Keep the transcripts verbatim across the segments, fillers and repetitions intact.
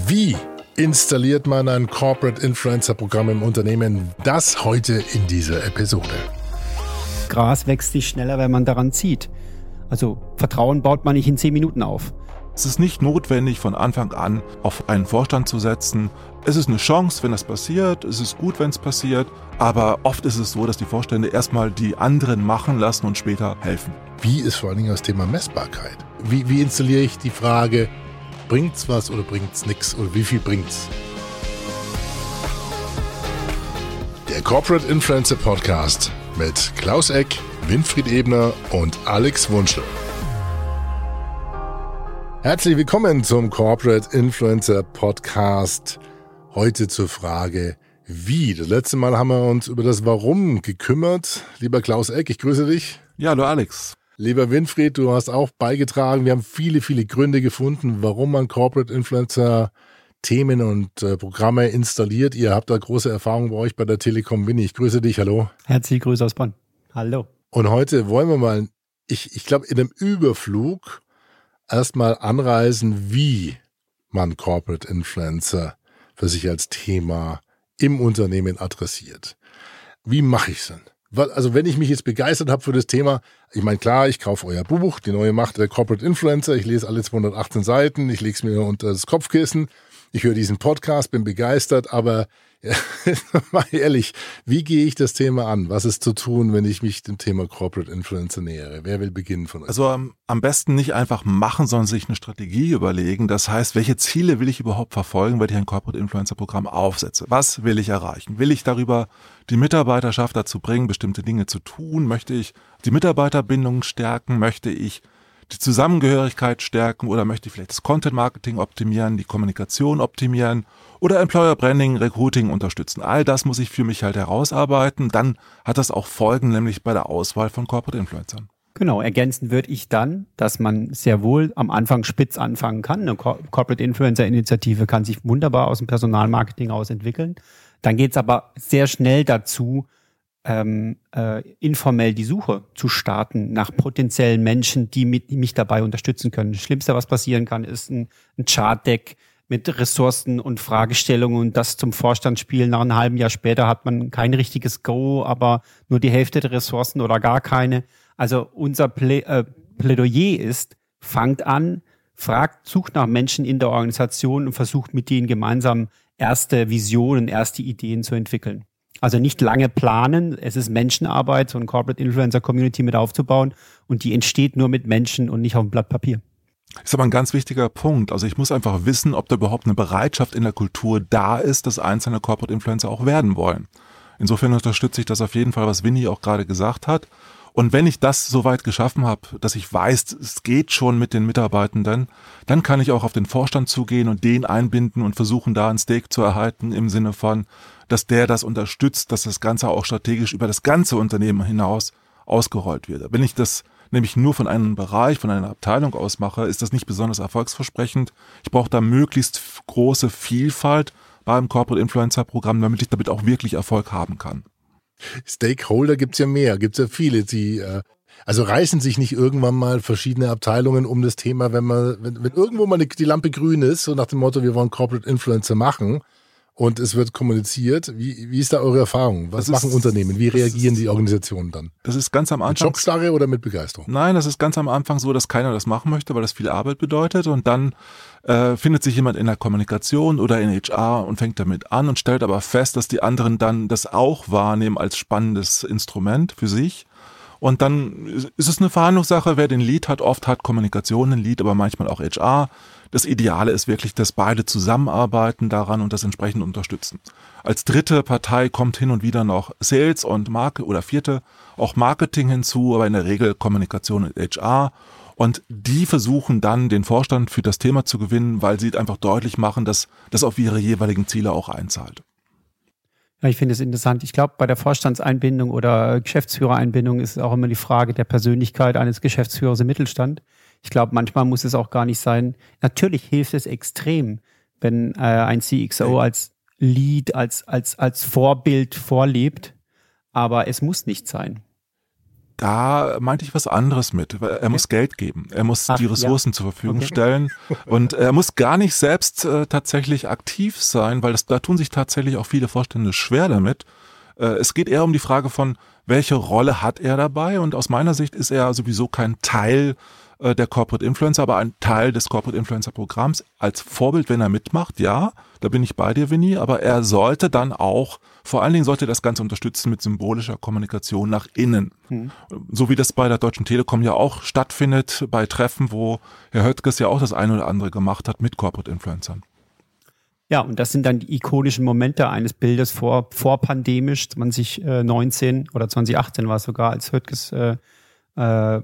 Wie installiert man ein Corporate Influencer Programm im Unternehmen? Das heute in dieser Episode. Gras wächst nicht schneller, wenn man daran zieht. Also Vertrauen baut man nicht in zehn Minuten auf. Es ist nicht notwendig, von Anfang an auf einen Vorstand zu setzen. Es ist eine Chance, wenn das passiert. Es ist gut, wenn es passiert. Aber oft ist es so, dass die Vorstände erstmal die anderen machen lassen und später helfen. Wie ist vor allen Dingen das Thema Messbarkeit? Wie, wie installiere ich die Frage, bringt's was oder bringt's nichts? Oder wie viel bringt's? Der Corporate Influencer Podcast mit Klaus Eck, Winfried Ebner und Alex Wunschel. Herzlich willkommen zum Corporate Influencer Podcast. Heute zur Frage, wie. Das letzte Mal haben wir uns über das Warum gekümmert. Lieber Klaus Eck, ich grüße dich. Ja, hallo Alex. Lieber Winfried, du hast auch beigetragen. Wir haben viele, viele Gründe gefunden, warum man Corporate Influencer Themen und äh, Programme installiert. Ihr habt da große Erfahrungen bei euch bei der Telekom Winnie. Ich grüße dich, hallo. Herzliche Grüße aus Bonn. Hallo. Und heute wollen wir mal, ich, ich glaube, in einem Überflug erstmal anreisen, wie man Corporate Influencer für sich als Thema im Unternehmen adressiert. Wie mache ich es denn? Also wenn ich mich jetzt begeistert habe für das Thema, ich meine klar, ich kaufe euer Buch, die neue Macht der Corporate Influencer, ich lese alle zweihundertachtzehn Seiten, ich lege es mir unter das Kopfkissen, ich höre diesen Podcast, bin begeistert, aber ja, mal ehrlich, wie gehe ich das Thema an? Was ist zu tun, wenn ich mich dem Thema Corporate Influencer nähere? Wer will beginnen von euch? Also um, am besten nicht einfach machen, sondern sich eine Strategie überlegen. Das heißt, welche Ziele will ich überhaupt verfolgen, wenn ich ein Corporate Influencer Programm aufsetze? Was will ich erreichen? Will ich darüber die Mitarbeiterschaft dazu bringen, bestimmte Dinge zu tun? Möchte ich die Mitarbeiterbindung stärken? Möchte ich die Zusammengehörigkeit stärken oder möchte ich vielleicht das Content-Marketing optimieren, die Kommunikation optimieren oder Employer Branding, Recruiting unterstützen. All das muss ich für mich halt herausarbeiten. Dann hat das auch Folgen, nämlich bei der Auswahl von Corporate Influencern. Genau, ergänzen würde ich dann, dass man sehr wohl am Anfang spitz anfangen kann. Eine Corporate Influencer Initiative kann sich wunderbar aus dem Personalmarketing aus entwickeln. Dann geht es aber sehr schnell dazu, Ähm, äh, informell die Suche zu starten nach potenziellen Menschen, die, mit, die mich dabei unterstützen können. Das Schlimmste, was passieren kann, ist ein, ein Chart-Deck mit Ressourcen und Fragestellungen und das zum Vorstand spielen. Nach einem halben Jahr später hat man kein richtiges Go, aber nur die Hälfte der Ressourcen oder gar keine. Also unser Plä- äh, Plädoyer ist, fangt an, fragt, sucht nach Menschen in der Organisation und versucht mit denen gemeinsam erste Visionen, erste Ideen zu entwickeln. Also nicht lange planen, es ist Menschenarbeit, so eine Corporate Influencer Community mit aufzubauen und die entsteht nur mit Menschen und nicht auf dem Blatt Papier. Das ist aber ein ganz wichtiger Punkt. Also ich muss einfach wissen, ob da überhaupt eine Bereitschaft in der Kultur da ist, dass einzelne Corporate Influencer auch werden wollen. Insofern unterstütze ich das auf jeden Fall, was Winnie auch gerade gesagt hat. Und wenn ich das soweit geschaffen habe, dass ich weiß, es geht schon mit den Mitarbeitenden, dann kann ich auch auf den Vorstand zugehen und den einbinden und versuchen, da ein Stake zu erhalten im Sinne von, dass der das unterstützt, dass das Ganze auch strategisch über das ganze Unternehmen hinaus ausgerollt wird. Wenn ich das nämlich nur von einem Bereich, von einer Abteilung aus mache, ist das nicht besonders erfolgsversprechend. Ich brauche da möglichst große Vielfalt beim Corporate Influencer Programm, damit ich damit auch wirklich Erfolg haben kann. Stakeholder gibt's ja mehr, gibt's ja viele, die äh, also reißen sich nicht irgendwann mal verschiedene Abteilungen um das Thema, wenn man, wenn, wenn irgendwo mal die, die Lampe grün ist, so nach dem Motto, wir wollen Corporate Influencer machen und es wird kommuniziert. Wie, wie ist da eure Erfahrung? Was das machen ist, Unternehmen? Wie reagieren ist, die Organisationen dann? Das ist ganz am Anfang. Mit Schockstarre oder mit Begeisterung? Nein, das ist ganz am Anfang so, dass keiner das machen möchte, weil das viel Arbeit bedeutet und dann äh, findet sich jemand in der Kommunikation oder in H R und fängt damit an und stellt aber fest, dass die anderen dann das auch wahrnehmen als spannendes Instrument für sich. Und dann ist es eine Verhandlungssache, wer den Lead hat. Oft hat Kommunikation den Lead, aber manchmal auch H R. Das Ideale ist wirklich, dass beide zusammenarbeiten daran und das entsprechend unterstützen. Als dritte Partei kommt hin und wieder noch Sales und Marke oder vierte auch Marketing hinzu, aber in der Regel Kommunikation und H R. Und die versuchen dann, den Vorstand für das Thema zu gewinnen, weil sie einfach deutlich machen, dass das auf ihre jeweiligen Ziele auch einzahlt. Ja, ich finde es interessant. Ich glaube, bei der Vorstandseinbindung oder Geschäftsführereinbindung ist es auch immer die Frage der Persönlichkeit eines Geschäftsführers im Mittelstand. Ich glaube, manchmal muss es auch gar nicht sein. Natürlich hilft es extrem, wenn äh, ein C X O als Lead, als, als, als Vorbild vorlebt, aber es muss nicht sein. Da meinte ich was anderes mit. Er okay. muss Geld geben. Er muss Ach, die Ressourcen ja. zur Verfügung okay. stellen. Und er muss gar nicht selbst äh, tatsächlich aktiv sein, weil das, da tun sich tatsächlich auch viele Vorstände schwer damit. Äh, es geht eher um die Frage von, welche Rolle hat er dabei? Und aus meiner Sicht ist er sowieso kein Teil äh, der Corporate Influencer, aber ein Teil des Corporate Influencer Programms. Als Vorbild, wenn er mitmacht, ja, da bin ich bei dir, Winnie, aber er sollte dann auch Vor allen Dingen sollte das Ganze unterstützen mit symbolischer Kommunikation nach innen. Hm. So wie das bei der Deutschen Telekom ja auch stattfindet, bei Treffen, wo Herr Höttges ja auch das eine oder andere gemacht hat mit Corporate Influencern. Ja, und das sind dann die ikonischen Momente eines Bildes vor, vorpandemisch, zwanzig neunzehn oder zwanzig achtzehn war es sogar, als Höttges äh, äh,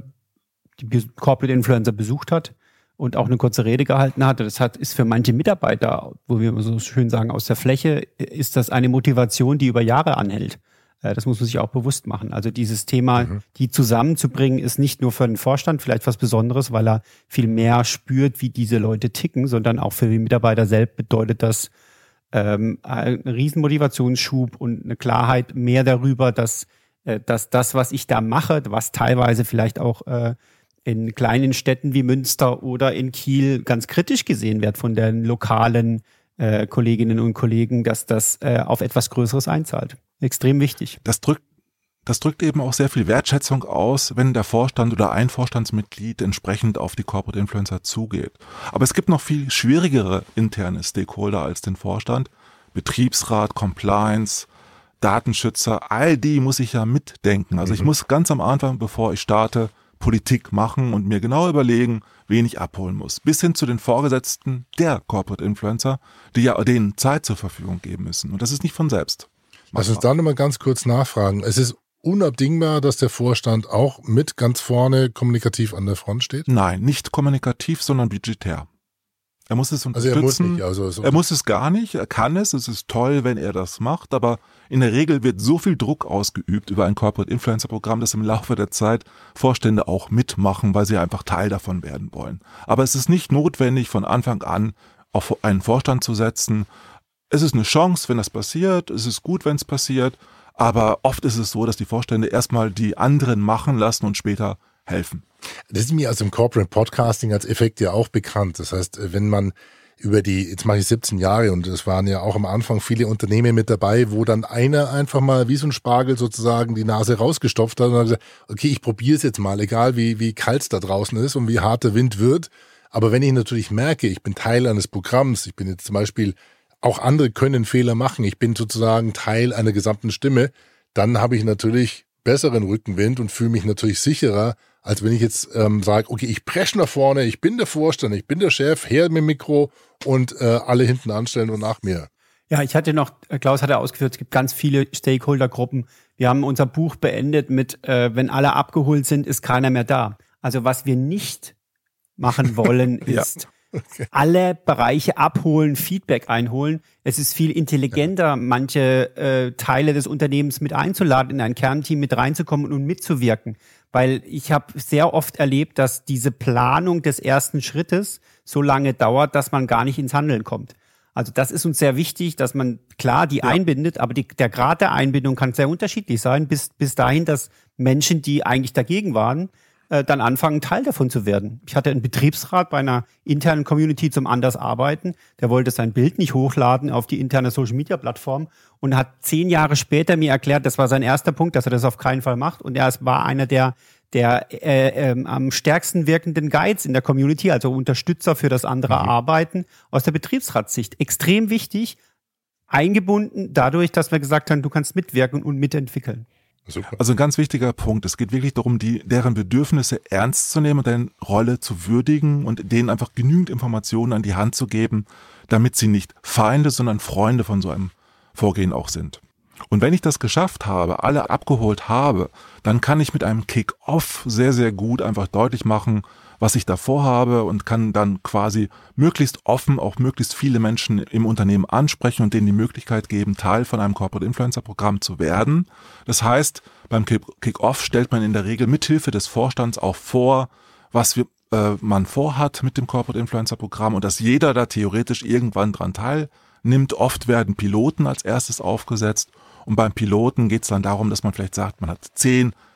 die Corporate Influencer besucht hat und auch eine kurze Rede gehalten hatte. Das hat, ist für manche Mitarbeiter, wo wir so schön sagen, aus der Fläche, ist das eine Motivation, die über Jahre anhält. Das muss man sich auch bewusst machen. Also dieses Thema, mhm. die zusammenzubringen, ist nicht nur für den Vorstand vielleicht was Besonderes, weil er viel mehr spürt, wie diese Leute ticken, sondern auch für die Mitarbeiter selbst bedeutet das ähm, einen riesen Motivationsschub und eine Klarheit mehr darüber, dass, äh, dass das, was ich da mache, was teilweise vielleicht auch äh, in kleinen Städten wie Münster oder in Kiel ganz kritisch gesehen wird von den lokalen äh, Kolleginnen und Kollegen, dass das äh, auf etwas Größeres einzahlt. Extrem wichtig. Das drückt, das drückt eben auch sehr viel Wertschätzung aus, wenn der Vorstand oder ein Vorstandsmitglied entsprechend auf die Corporate Influencer zugeht. Aber es gibt noch viel schwierigere interne Stakeholder als den Vorstand. Betriebsrat, Compliance, Datenschützer, all die muss ich ja mitdenken. Also mhm. ich muss ganz am Anfang, bevor ich starte, Politik machen und mir genau überlegen, wen ich abholen muss. Bis hin zu den Vorgesetzten der Corporate Influencer, die ja denen Zeit zur Verfügung geben müssen. Und das ist nicht von selbst. Lass uns da nochmal ganz kurz nachfragen. Es ist unabdingbar, dass der Vorstand auch mit ganz vorne kommunikativ an der Front steht? Nein, nicht kommunikativ, sondern budgetär. Er muss es unterstützen. Also er muss nicht. Also so er muss es gar nicht. Er kann es. Es ist toll, wenn er das macht. Aber in der Regel wird so viel Druck ausgeübt über ein Corporate Influencer Programm, dass im Laufe der Zeit Vorstände auch mitmachen, weil sie einfach Teil davon werden wollen. Aber es ist nicht notwendig, von Anfang an auf einen Vorstand zu setzen. Es ist eine Chance, wenn das passiert. Es ist gut, wenn es passiert. Aber oft ist es so, dass die Vorstände erstmal die anderen machen lassen und später helfen. Das ist mir also im Corporate Podcasting als Effekt ja auch bekannt. Das heißt, wenn man über die, jetzt mache ich siebzehn Jahre und es waren ja auch am Anfang viele Unternehmen mit dabei, wo dann einer einfach mal wie so ein Spargel sozusagen die Nase rausgestopft hat und hat gesagt, okay, ich probiere es jetzt mal, egal wie, wie kalt es da draußen ist und wie hart der Wind wird. Aber wenn ich natürlich merke, ich bin Teil eines Programms, ich bin jetzt zum Beispiel, auch andere können Fehler machen, ich bin sozusagen Teil einer gesamten Stimme, dann habe ich natürlich besseren Rückenwind und fühle mich natürlich sicherer, als wenn ich jetzt ähm, sage, okay, ich presche nach vorne, ich bin der Vorstand, ich bin der Chef, her mit dem Mikro und äh, alle hinten anstellen und nach mir. Ja, ich hatte noch, Klaus hatte ausgeführt, es gibt ganz viele Stakeholdergruppen. Wir haben unser Buch beendet mit, äh, wenn alle abgeholt sind, ist keiner mehr da. Also was wir nicht machen wollen, ist ja. okay. alle Bereiche abholen, Feedback einholen. Es ist viel intelligenter, ja. manche äh, Teile des Unternehmens mit einzuladen, in ein Kernteam mit reinzukommen und mitzuwirken. Weil ich habe sehr oft erlebt, dass diese Planung des ersten Schrittes so lange dauert, dass man gar nicht ins Handeln kommt. Also das ist uns sehr wichtig, dass man klar die ja. einbindet, aber die, der Grad der Einbindung kann sehr unterschiedlich sein, bis, bis dahin, dass Menschen, die eigentlich dagegen waren, äh, dann anfangen, Teil davon zu werden. Ich hatte einen Betriebsrat bei einer internen Community zum Andersarbeiten, der wollte sein Bild nicht hochladen auf die interne Social-Media-Plattform und hat zehn Jahre später mir erklärt, das war sein erster Punkt, dass er das auf keinen Fall macht. Und er war einer der, der äh, äh, am stärksten wirkenden Guides in der Community, also Unterstützer für das andere mhm. Arbeiten aus der Betriebsratssicht. Extrem wichtig, eingebunden dadurch, dass wir gesagt haben, du kannst mitwirken und mitentwickeln. Super. Also ein ganz wichtiger Punkt. Es geht wirklich darum, die, deren Bedürfnisse ernst zu nehmen und deren Rolle zu würdigen und denen einfach genügend Informationen an die Hand zu geben, damit sie nicht Feinde, sondern Freunde von so einem Vorgehen auch sind. Und wenn ich das geschafft habe, alle abgeholt habe, dann kann ich mit einem Kick-Off sehr, sehr gut einfach deutlich machen, was ich da vorhabe und kann dann quasi möglichst offen auch möglichst viele Menschen im Unternehmen ansprechen und denen die Möglichkeit geben, Teil von einem Corporate Influencer Programm zu werden. Das heißt, beim Kick-Off stellt man in der Regel mithilfe des Vorstands auch vor, was wir, äh, man vorhat mit dem Corporate Influencer Programm und dass jeder da theoretisch irgendwann dran teilnimmt. Oft werden Piloten als erstes aufgesetzt und beim Piloten geht es dann darum, dass man vielleicht sagt, man hat zehn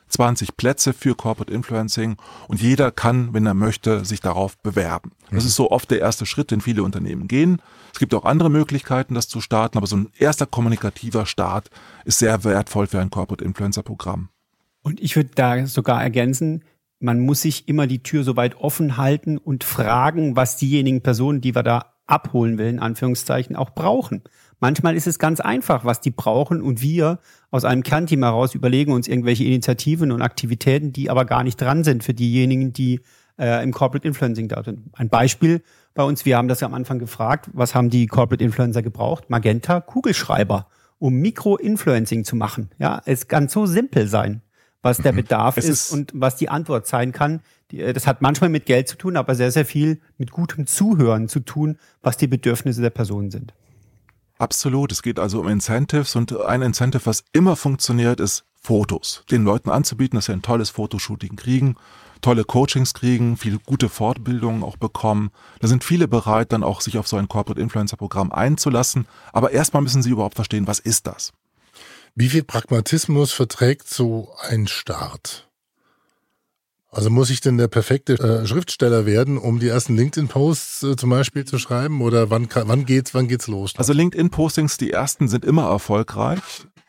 zwanzig Plätze für Corporate Influencing und jeder kann, wenn er möchte, sich darauf bewerben. Das ist so oft der erste Schritt, den viele Unternehmen gehen. Es gibt auch andere Möglichkeiten, das zu starten, aber so ein erster kommunikativer Start ist sehr wertvoll für ein Corporate Influencer Programm. Und ich würde da sogar ergänzen, man muss sich immer die Tür so weit offen halten und fragen, was diejenigen Personen, die wir da abholen will, in Anführungszeichen, auch brauchen. Manchmal ist es ganz einfach, was die brauchen und wir aus einem Kernteam heraus überlegen uns irgendwelche Initiativen und Aktivitäten, die aber gar nicht dran sind für diejenigen, die äh, im Corporate Influencing da sind. Ein Beispiel bei uns, wir haben das ja am Anfang gefragt, was haben die Corporate Influencer gebraucht? Magenta, Kugelschreiber, um Mikro-Influencing zu machen. Ja, es kann so simpel sein, was der Bedarf ist, ist und was die Antwort sein kann. Die, das hat manchmal mit Geld zu tun, aber sehr, sehr viel mit gutem Zuhören zu tun, was die Bedürfnisse der Person sind. Absolut. Es geht also um Incentives und ein Incentive, was immer funktioniert, ist Fotos. Den Leuten anzubieten, dass sie ein tolles Fotoshooting kriegen, tolle Coachings kriegen, viele gute Fortbildungen auch bekommen. Da sind viele bereit, dann auch sich auf so ein Corporate Influencer Programm einzulassen. Aber erstmal müssen sie überhaupt verstehen, was ist das? Wie viel Pragmatismus verträgt so ein Start? Also muss ich denn der perfekte äh, Schriftsteller werden, um die ersten LinkedIn-Posts äh, zum Beispiel zu schreiben? Oder wann, kann, wann geht's, wann geht's los? Also LinkedIn-Postings, die ersten sind immer erfolgreich,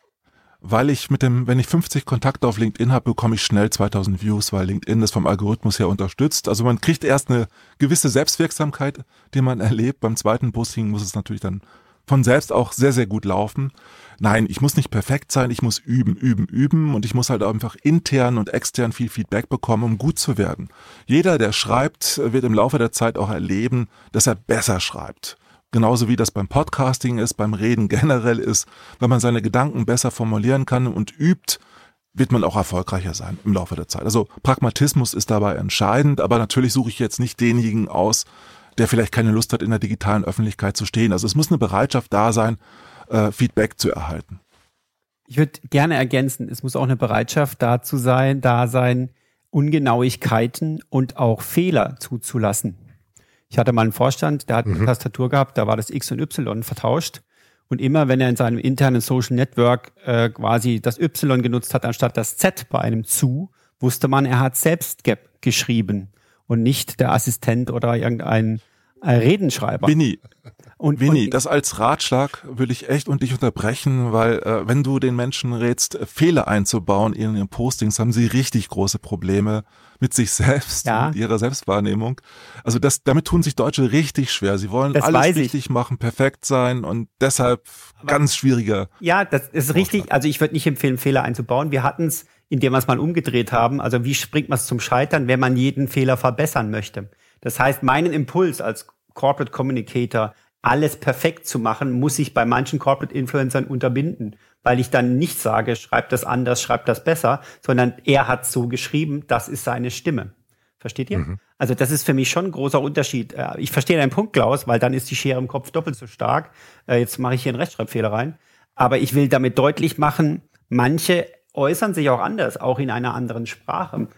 weil ich mit dem, wenn ich fünfzig Kontakte auf LinkedIn habe, bekomme ich schnell zweitausend Views, weil LinkedIn das vom Algorithmus her unterstützt. Also man kriegt erst eine gewisse Selbstwirksamkeit, die man erlebt. Beim zweiten Posting muss es natürlich dann von selbst auch sehr, sehr gut laufen. Nein, ich muss nicht perfekt sein, ich muss üben, üben, üben und ich muss halt einfach intern und extern viel Feedback bekommen, um gut zu werden. Jeder, der schreibt, wird im Laufe der Zeit auch erleben, dass er besser schreibt. Genauso wie das beim Podcasting ist, beim Reden generell ist. Wenn man seine Gedanken besser formulieren kann und übt, wird man auch erfolgreicher sein im Laufe der Zeit. Also Pragmatismus ist dabei entscheidend, aber natürlich suche ich jetzt nicht denjenigen aus, der vielleicht keine Lust hat, in der digitalen Öffentlichkeit zu stehen. Also es muss eine Bereitschaft da sein, äh, Feedback zu erhalten. Ich würde gerne ergänzen, es muss auch eine Bereitschaft dazu sein, da sein, Ungenauigkeiten und auch Fehler zuzulassen. Ich hatte mal einen Vorstand, der hat mhm. eine Tastatur gehabt, da war das X und Y vertauscht. Und immer, wenn er in seinem internen Social Network äh, quasi das Y genutzt hat, anstatt das Z bei einem zu, wusste man, er hat selbst ge- geschrieben und nicht der Assistent oder irgendein äh, Redenschreiber. Winnie, und, Winnie, und, das als Ratschlag will ich echt und dich unterbrechen, weil äh, wenn du den Menschen rätst, Fehler einzubauen in ihren Postings, haben sie richtig große Probleme mit sich selbst ja. und ihrer Selbstwahrnehmung. Also das, damit tun sich Deutsche richtig schwer. Sie wollen das alles richtig machen, perfekt sein und deshalb Aber, ganz schwieriger. Ja, das ist richtig. Also ich würde nicht empfehlen, Fehler einzubauen. Wir hatten es, indem wir es mal umgedreht haben. Also wie springt man es zum Scheitern, wenn man jeden Fehler verbessern möchte? Das heißt, meinen Impuls als Corporate Communicator, alles perfekt zu machen, muss ich bei manchen Corporate Influencern unterbinden, weil ich dann nicht sage, schreibt das anders, schreibt das besser, sondern er hat so geschrieben, das ist seine Stimme. Versteht ihr? Mhm. Also das ist für mich schon ein großer Unterschied. Ich verstehe deinen Punkt, Klaus, weil dann ist die Schere im Kopf doppelt so stark. Jetzt mache ich hier einen Rechtschreibfehler rein. Aber ich will damit deutlich machen, manche äußern sich auch anders, auch in einer anderen Sprache.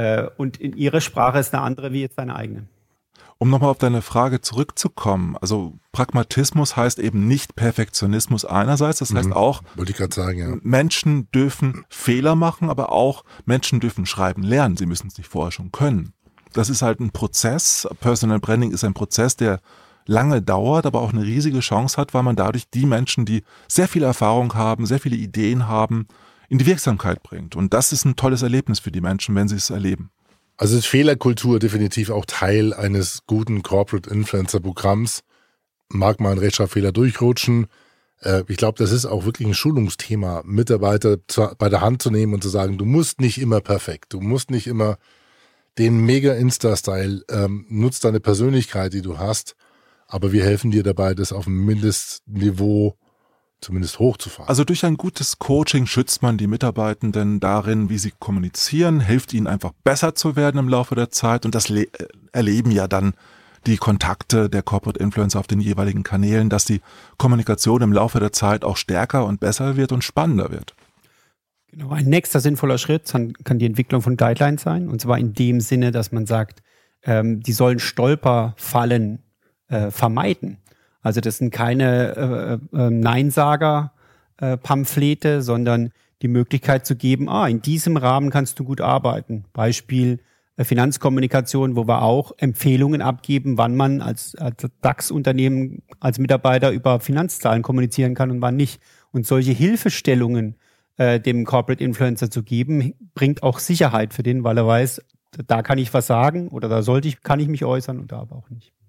Und in ihre Sprache ist eine andere wie jetzt deine eigene. Um nochmal auf deine Frage zurückzukommen, also Pragmatismus heißt eben nicht Perfektionismus einerseits, das heißt auch, wollte ich gerade sagen, ja. Menschen dürfen Fehler machen, aber auch Menschen dürfen schreiben lernen, sie müssen es nicht vorher schon können. Das ist halt ein Prozess, Personal Branding ist ein Prozess, der lange dauert, aber auch eine riesige Chance hat, weil man dadurch die Menschen, die sehr viel Erfahrung haben, sehr viele Ideen haben, in die Wirksamkeit bringt. Und das ist ein tolles Erlebnis für die Menschen, wenn sie es erleben. Also ist Fehlerkultur definitiv auch Teil eines guten Corporate Influencer Programms. Mag mal ein Rechtschreibfehler durchrutschen. Ich glaube, das ist auch wirklich ein Schulungsthema, Mitarbeiter bei der Hand zu nehmen und zu sagen, du musst nicht immer perfekt, du musst nicht immer den Mega-Insta-Style, ähm, nutzt deine Persönlichkeit, die du hast, aber wir helfen dir dabei, das auf einem Mindestniveau zumindest hochzufahren. Also durch ein gutes Coaching schützt man die Mitarbeitenden darin, wie sie kommunizieren, hilft ihnen einfach besser zu werden im Laufe der Zeit und das le- erleben ja dann die Kontakte der Corporate Influencer auf den jeweiligen Kanälen, dass die Kommunikation im Laufe der Zeit auch stärker und besser wird und spannender wird. Genau, ein nächster sinnvoller Schritt kann die Entwicklung von Guidelines sein, und zwar in dem Sinne, dass man sagt, ähm, die sollen Stolperfallen äh, vermeiden. Also das sind keine äh, äh, Neinsager-Pamphlete, sondern die Möglichkeit zu geben, ah, in diesem Rahmen kannst du gut arbeiten. Beispiel äh, Finanzkommunikation, wo wir auch Empfehlungen abgeben, wann man als, als DAX-Unternehmen, als Mitarbeiter über Finanzzahlen kommunizieren kann und wann nicht. Und solche Hilfestellungen äh, dem Corporate Influencer zu geben, bringt auch Sicherheit für den, weil er weiß, da kann ich was sagen oder da sollte ich, kann ich mich äußern und da aber auch nicht.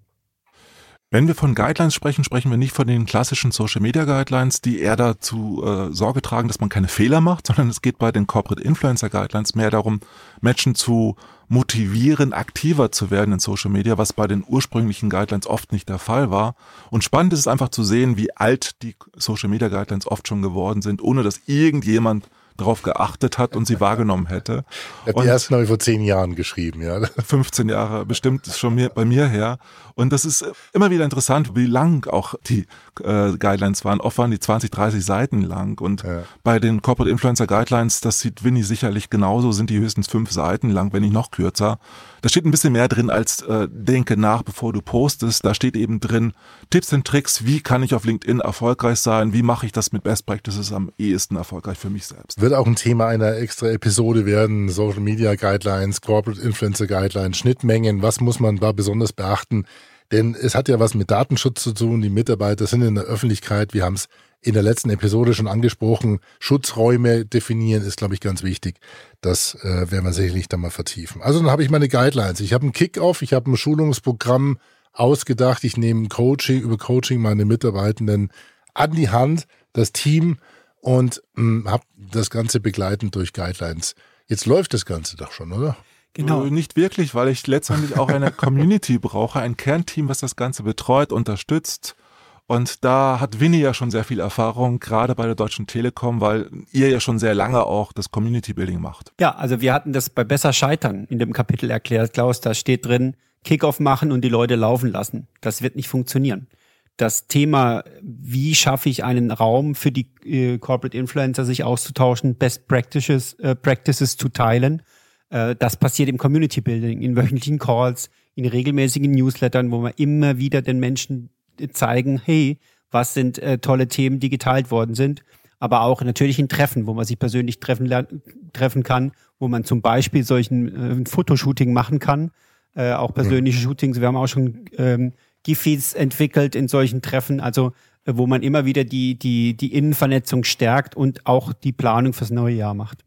Wenn wir von Guidelines sprechen, sprechen wir nicht von den klassischen Social Media Guidelines, die eher dazu äh, Sorge tragen, dass man keine Fehler macht, sondern es geht bei den Corporate Influencer Guidelines mehr darum, Menschen zu motivieren, aktiver zu werden in Social Media, was bei den ursprünglichen Guidelines oft nicht der Fall war. Und spannend ist es einfach zu sehen, wie alt die Social Media Guidelines oft schon geworden sind, ohne dass irgendjemand darauf geachtet hat und sie wahrgenommen hätte. Ich habe die ersten habe ich vor zehn Jahren geschrieben, ja. fünfzehn Jahre bestimmt ist schon mir, bei mir her. Und das ist immer wieder interessant, wie lang auch die äh, Guidelines waren. Oft waren die zwanzig, dreißig Seiten lang. Und ja. bei den Corporate Influencer Guidelines, das sieht Winnie sicherlich genauso, sind die höchstens fünf Seiten lang, wenn nicht noch kürzer. Da steht ein bisschen mehr drin als äh, denke nach, bevor du postest. Da steht eben drin Tipps und Tricks, wie kann ich auf LinkedIn erfolgreich sein, wie mache ich das mit Best Practices am ehesten erfolgreich für mich selbst. Wird auch ein Thema einer extra Episode werden, Social Media Guidelines, Corporate Influencer Guidelines, Schnittmengen, was muss man da besonders beachten? Denn es hat ja was mit Datenschutz zu tun, die Mitarbeiter sind in der Öffentlichkeit, wir haben es in der letzten Episode schon angesprochen, Schutzräume definieren ist, glaube ich, ganz wichtig. Das äh, werden wir sicherlich dann mal vertiefen. Also dann habe ich meine Guidelines. Ich habe einen Kick-Off, ich habe ein Schulungsprogramm ausgedacht, ich nehme Coaching, über Coaching meine Mitarbeitenden an die Hand, das Team und mh, habe das Ganze begleitend durch Guidelines. Jetzt läuft das Ganze doch schon, oder? Genau. Nicht wirklich, weil ich letztendlich auch eine Community brauche, ein Kernteam, was das Ganze betreut, unterstützt. Und da hat Winnie ja schon sehr viel Erfahrung, gerade bei der Deutschen Telekom, weil ihr ja schon sehr lange auch das Community Building macht. Ja, also wir hatten das bei Besser Scheitern in dem Kapitel erklärt, Klaus, da steht drin, Kickoff machen und die Leute laufen lassen. Das wird nicht funktionieren. Das Thema, wie schaffe ich einen Raum für die äh, Corporate Influencer, sich auszutauschen, Best Practices, äh, Practices zu teilen, äh, das passiert im Community Building, in wöchentlichen Calls, in regelmäßigen Newslettern, wo wir immer wieder den Menschen zeigen, hey, was sind äh, tolle Themen, die geteilt worden sind, aber auch natürlich in Treffen, wo man sich persönlich treffen lernen, treffen kann, wo man zum Beispiel solchen äh, ein Fotoshooting machen kann, äh, auch persönliche ja. Shootings. Wir haben auch schon ähm, Gifis entwickelt in solchen Treffen, also äh, wo man immer wieder die die die Innenvernetzung stärkt und auch die Planung fürs neue Jahr macht.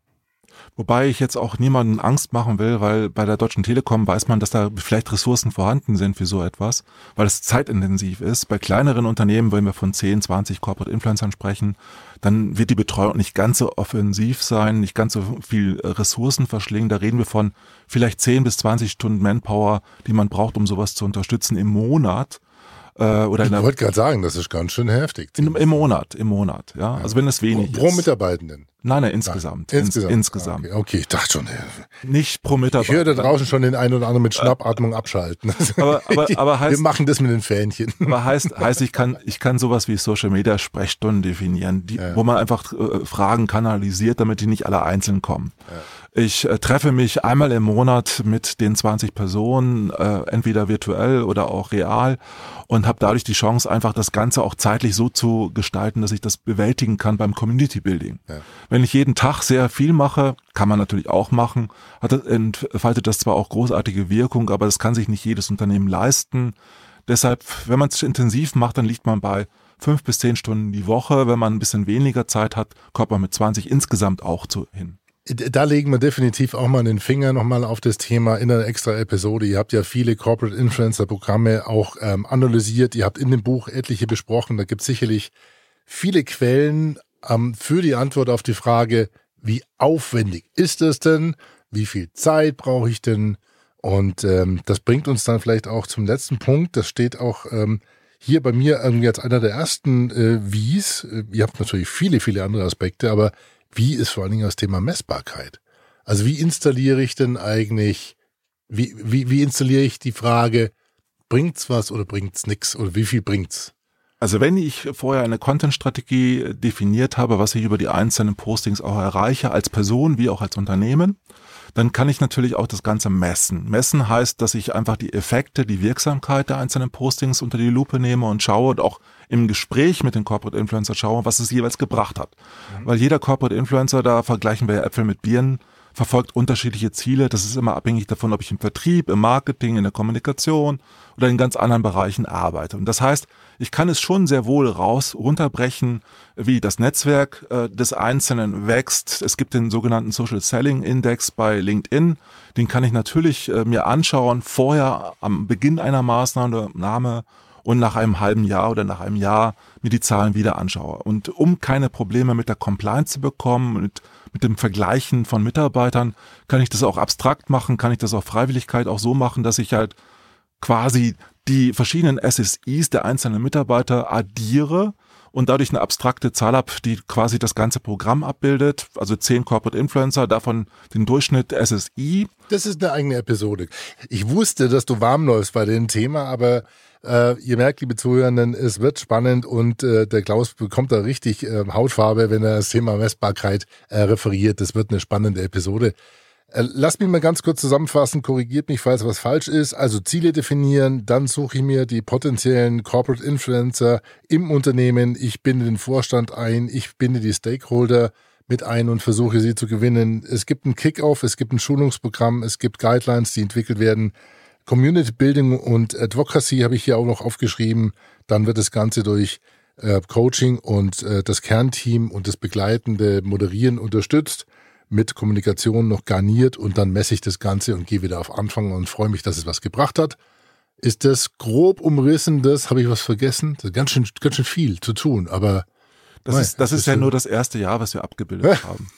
Wobei ich jetzt auch niemanden Angst machen will, weil bei der Deutschen Telekom weiß man, dass da vielleicht Ressourcen vorhanden sind für so etwas, weil es zeitintensiv ist. Bei kleineren Unternehmen, wenn wir von zehn, zwanzig Corporate Influencern sprechen, dann wird die Betreuung nicht ganz so offensiv sein, nicht ganz so viel Ressourcen verschlingen. Da reden wir von vielleicht zehn bis zwanzig Stunden Manpower, die man braucht, um sowas zu unterstützen im Monat. Oder ich wollte gerade sagen, das ist ganz schön heftig. In, Im Monat, im Monat, ja. ja. Also wenn es wenig pro, pro ist. Mitarbeitenden? Nein, nein, insgesamt. Nein, insgesamt. Ins, insgesamt. Okay, okay, ich dachte schon. Nicht pro Mitarbeiter. Ich höre da draußen schon den einen oder anderen mit Schnappatmung abschalten. Aber, aber, aber heißt, wir machen das mit den Fähnchen. Aber heißt, heißt ich kann, ich kann sowas wie Social Media Sprechstunden definieren, die, ja. wo man einfach äh, Fragen kanalisiert, damit die nicht alle einzeln kommen. Ja. Ich äh, treffe mich einmal im Monat mit den zwanzig Personen, äh, entweder virtuell oder auch real und habe dadurch die Chance, einfach das Ganze auch zeitlich so zu gestalten, dass ich das bewältigen kann beim Community Building. Ja. Wenn ich jeden Tag sehr viel mache, kann man natürlich auch machen, hat, entfaltet das zwar auch großartige Wirkung, aber das kann sich nicht jedes Unternehmen leisten. Deshalb, wenn man es intensiv macht, dann liegt man bei fünf bis zehn Stunden die Woche. Wenn man ein bisschen weniger Zeit hat, kommt man mit zwanzig insgesamt auch zu, hin. Da legen wir definitiv auch mal den Finger nochmal auf das Thema in einer extra Episode. Ihr habt ja viele Corporate Influencer Programme auch ähm, analysiert. Ihr habt in dem Buch etliche besprochen. Da gibt es sicherlich viele Quellen ähm, für die Antwort auf die Frage, wie aufwendig ist es denn? Wie viel Zeit brauche ich denn? Und ähm, das bringt uns dann vielleicht auch zum letzten Punkt. Das steht auch ähm, hier bei mir irgendwie als einer der ersten äh, Wies. Ihr habt natürlich viele, viele andere Aspekte, aber wie ist vor allen Dingen das Thema Messbarkeit? Also wie installiere ich denn eigentlich, wie, wie, wie installiere ich die Frage, bringt's was oder bringt's nichts oder wie viel bringt's? Also wenn ich vorher eine Content-Strategie definiert habe, was ich über die einzelnen Postings auch erreiche, als Person wie auch als Unternehmen, dann kann ich natürlich auch das Ganze messen. Messen heißt, dass ich einfach die Effekte, die Wirksamkeit der einzelnen Postings unter die Lupe nehme und schaue und auch im Gespräch mit den Corporate Influencer schaue, was es jeweils gebracht hat. Mhm. Weil jeder Corporate Influencer, da vergleichen wir ja Äpfel mit Birnen, verfolgt unterschiedliche Ziele. Das ist immer abhängig davon, ob ich im Vertrieb, im Marketing, in der Kommunikation oder in ganz anderen Bereichen arbeite. Und das heißt, ich kann es schon sehr wohl raus, runterbrechen, wie das Netzwerk äh, des Einzelnen wächst. Es gibt den sogenannten Social Selling Index bei LinkedIn. Den kann ich natürlich äh, mir anschauen, vorher am Beginn einer Maßnahme und nach einem halben Jahr oder nach einem Jahr mir die Zahlen wieder anschaue. Und um keine Probleme mit der Compliance zu bekommen, mit, mit dem Vergleichen von Mitarbeitern, kann ich das auch abstrakt machen, kann ich das auf Freiwilligkeit auch so machen, dass ich halt quasi die verschiedenen S S Is der einzelnen Mitarbeiter addiere und dadurch eine abstrakte Zahl habe, die quasi das ganze Programm abbildet. Also zehn Corporate Influencer, davon den Durchschnitt S S I. Das ist eine eigene Episode. Ich wusste, dass du warm läufst bei dem Thema, aber äh, ihr merkt, liebe Zuhörenden, es wird spannend und äh, der Klaus bekommt da richtig äh, Hautfarbe, wenn er das Thema Messbarkeit äh, referiert. Das wird eine spannende Episode. Lass mich mal ganz kurz zusammenfassen, korrigiert mich, falls was falsch ist. Also Ziele definieren, dann suche ich mir die potenziellen Corporate Influencer im Unternehmen, ich binde den Vorstand ein, ich binde die Stakeholder mit ein und versuche sie zu gewinnen. Es gibt ein Kick-Off, es gibt ein Schulungsprogramm, es gibt Guidelines, die entwickelt werden. Community Building und Advocacy habe ich hier auch noch aufgeschrieben. Dann wird das Ganze durch äh, Coaching und äh, das Kernteam und das begleitende Moderieren unterstützt, mit Kommunikation noch garniert und dann messe ich das Ganze und gehe wieder auf Anfang und freue mich, dass es was gebracht hat. Ist das grob umrissen, das habe ich was vergessen? Das ist ganz schön, ganz schön viel zu tun, aber das nein, ist, das, das ist ja so nur das erste Jahr, was wir abgebildet haben.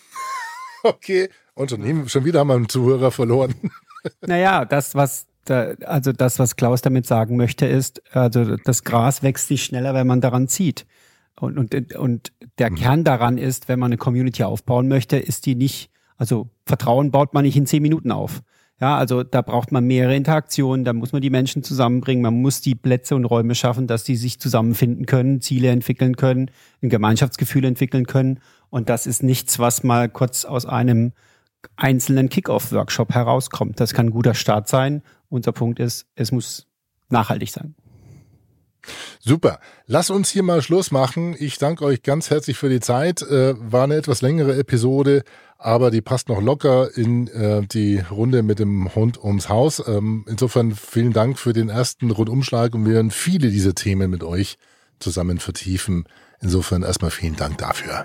Okay, und schon, schon wieder haben wir einen Zuhörer verloren. Naja, das, was da, also das, was Klaus damit sagen möchte, ist, also das Gras wächst nicht schneller, wenn man daran zieht. Und, und, und der mhm. Kern daran ist, wenn man eine Community aufbauen möchte, ist die nicht, also Vertrauen baut man nicht in zehn Minuten auf. Ja, also da braucht man mehrere Interaktionen, da muss man die Menschen zusammenbringen, man muss die Plätze und Räume schaffen, dass die sich zusammenfinden können, Ziele entwickeln können, ein Gemeinschaftsgefühl entwickeln können. Und das ist nichts, was mal kurz aus einem einzelnen Kick-Off-Workshop herauskommt. Das kann ein guter Start sein. Unser Punkt ist, es muss nachhaltig sein. Super. Lass uns hier mal Schluss machen. Ich danke euch ganz herzlich für die Zeit. Äh, war eine etwas längere Episode, aber die passt noch locker in äh, die Runde mit dem Hund ums Haus. Ähm, insofern vielen Dank für den ersten Rundumschlag und wir werden viele dieser Themen mit euch zusammen vertiefen. Insofern erstmal vielen Dank dafür.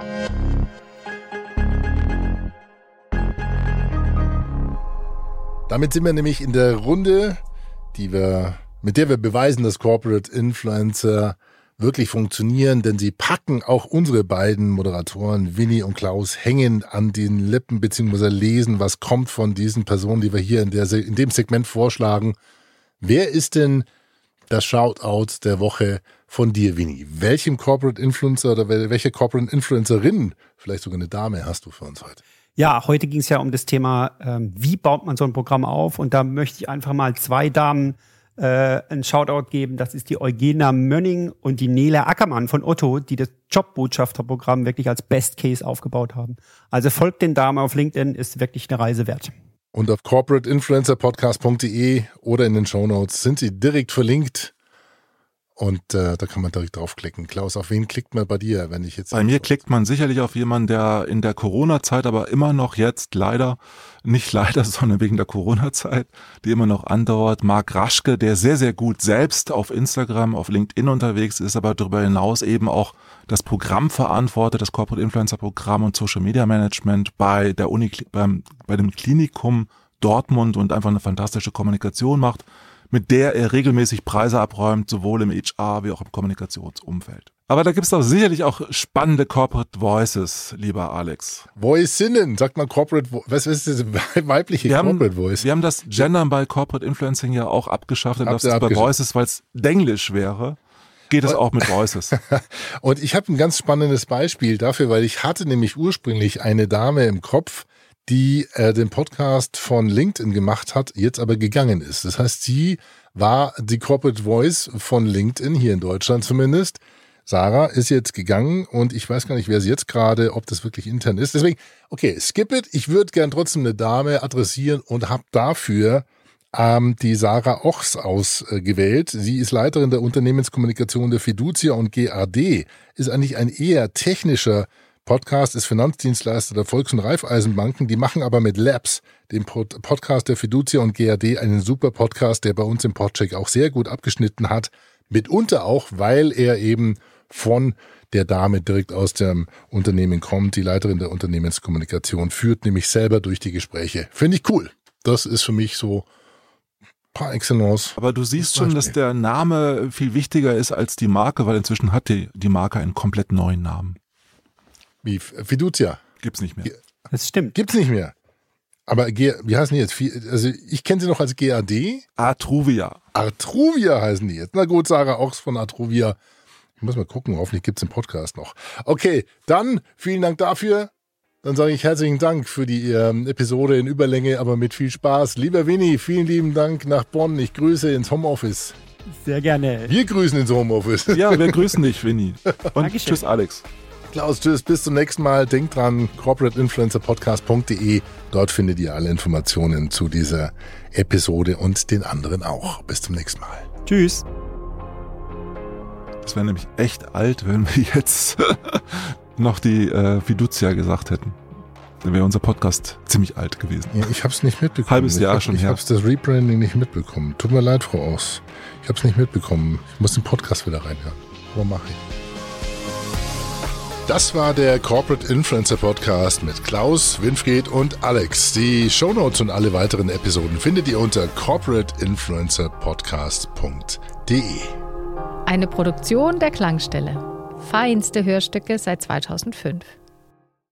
Damit sind wir nämlich in der Runde, die wir mit der wir beweisen, dass Corporate Influencer wirklich funktionieren, denn sie packen auch unsere beiden Moderatoren, Winnie und Klaus, hängen an den Lippen beziehungsweise lesen, was kommt von diesen Personen, die wir hier in, der, in dem Segment vorschlagen. Wer ist denn das Shoutout der Woche von dir, Winnie? Welchem Corporate Influencer oder welche Corporate Influencerin, vielleicht sogar eine Dame, hast du für uns heute? Ja, heute ging es ja um das Thema, ähm, wie baut man so ein Programm auf? Und da möchte ich einfach mal zwei Damen Äh, ein Shoutout geben. Das ist die Eugenia Mönning und die Nele Ackermann von Otto, die das Jobbotschafterprogramm wirklich als Best Case aufgebaut haben. Also folgt den Damen auf LinkedIn, ist wirklich eine Reise wert. Und auf corporate influencer podcast punkt de oder in den Shownotes sind sie direkt verlinkt. Und äh, da kann man direkt draufklicken. Klaus, auf wen klickt man bei dir, wenn ich jetzt... Bei mir klickt man sicherlich auf jemanden, der in der Corona-Zeit, aber immer noch jetzt leider, nicht leider, sondern wegen der Corona-Zeit, die immer noch andauert, Marc Raschke, der sehr, sehr gut selbst auf Instagram, auf LinkedIn unterwegs ist, aber darüber hinaus eben auch das Programm verantwortet, das Corporate Influencer Programm und Social Media Management bei der Uni, beim, bei dem Klinikum Dortmund und einfach eine fantastische Kommunikation macht, mit der er regelmäßig Preise abräumt, sowohl im H R wie auch im Kommunikationsumfeld. Aber da gibt es doch sicherlich auch spannende Corporate Voices, lieber Alex. Voice-Innen, sagt man Corporate Voice. Was ist das weibliche wir Corporate haben, Voice? Wir haben das Gendern bei Corporate Influencing ja auch abgeschafft. Und das ist bei Voices, weil es Denglisch wäre, geht es auch mit Voices. Und ich habe ein ganz spannendes Beispiel dafür, weil ich hatte nämlich ursprünglich eine Dame im Kopf, die äh, den Podcast von LinkedIn gemacht hat, jetzt aber gegangen ist. Das heißt, sie war die Corporate Voice von LinkedIn, hier in Deutschland zumindest. Sarah ist jetzt gegangen und ich weiß gar nicht, wer sie jetzt gerade, ob das wirklich intern ist. Deswegen, okay, skip it. Ich würde gern trotzdem eine Dame adressieren und habe dafür ähm, die Sarah Ochs ausgewählt. Sie ist Leiterin der Unternehmenskommunikation der Fiducia und G A D. Ist eigentlich ein eher technischer Podcast, ist Finanzdienstleister der Volks- und Raiffeisenbanken. Die machen aber mit Labs, dem Pod- Podcast der Fiducia und G A D, einen super Podcast, der bei uns im Podcheck auch sehr gut abgeschnitten hat. Mitunter auch, weil er eben von der Dame direkt aus dem Unternehmen kommt. Die Leiterin der Unternehmenskommunikation führt nämlich selber durch die Gespräche. Finde ich cool. Das ist für mich so par excellence. Aber du siehst schon, dass der Name viel wichtiger ist als die Marke, weil inzwischen hat die, die Marke einen komplett neuen Namen. Wie Fiducia. Gibt's nicht mehr. Das stimmt. Gibt's nicht mehr. Aber G, wie heißen die jetzt? Also ich kenne sie noch als G A D. Atruvia. Atruvia heißen die jetzt. Na gut, Sarah Ochs von Atruvia. Ich muss mal gucken, hoffentlich gibt's den Podcast noch. Okay, dann vielen Dank dafür. Dann sage ich herzlichen Dank für die ähm, Episode in Überlänge, aber mit viel Spaß. Lieber Winnie, vielen lieben Dank nach Bonn. Ich grüße ins Homeoffice. Sehr gerne. Wir grüßen ins Homeoffice. Ja, wir grüßen dich, Winnie. Und Dankeschön. Tschüss, Alex. Klaus, tschüss, bis zum nächsten Mal. Denkt dran, corporate influencer podcast punkt de. Dort findet ihr alle Informationen zu dieser Episode und den anderen auch. Bis zum nächsten Mal. Tschüss. Das wäre nämlich echt alt, wenn wir jetzt noch die äh, Fiducia gesagt hätten. Dann wäre unser Podcast ziemlich alt gewesen. Ja, ich habe es nicht mitbekommen. Halbes Jahr ich hab, schon ich her. Ich habe das Rebranding nicht mitbekommen. Tut mir leid, Frau Aus. Ich habe es nicht mitbekommen. Ich muss den Podcast wieder reinhören. Aber mache ich. Das war der Corporate Influencer Podcast mit Klaus, Winfried und Alex. Die Shownotes und alle weiteren Episoden findet ihr unter corporate influencer podcast punkt de. Eine Produktion der Klangstelle. Feinste Hörstücke seit zweitausendfünf.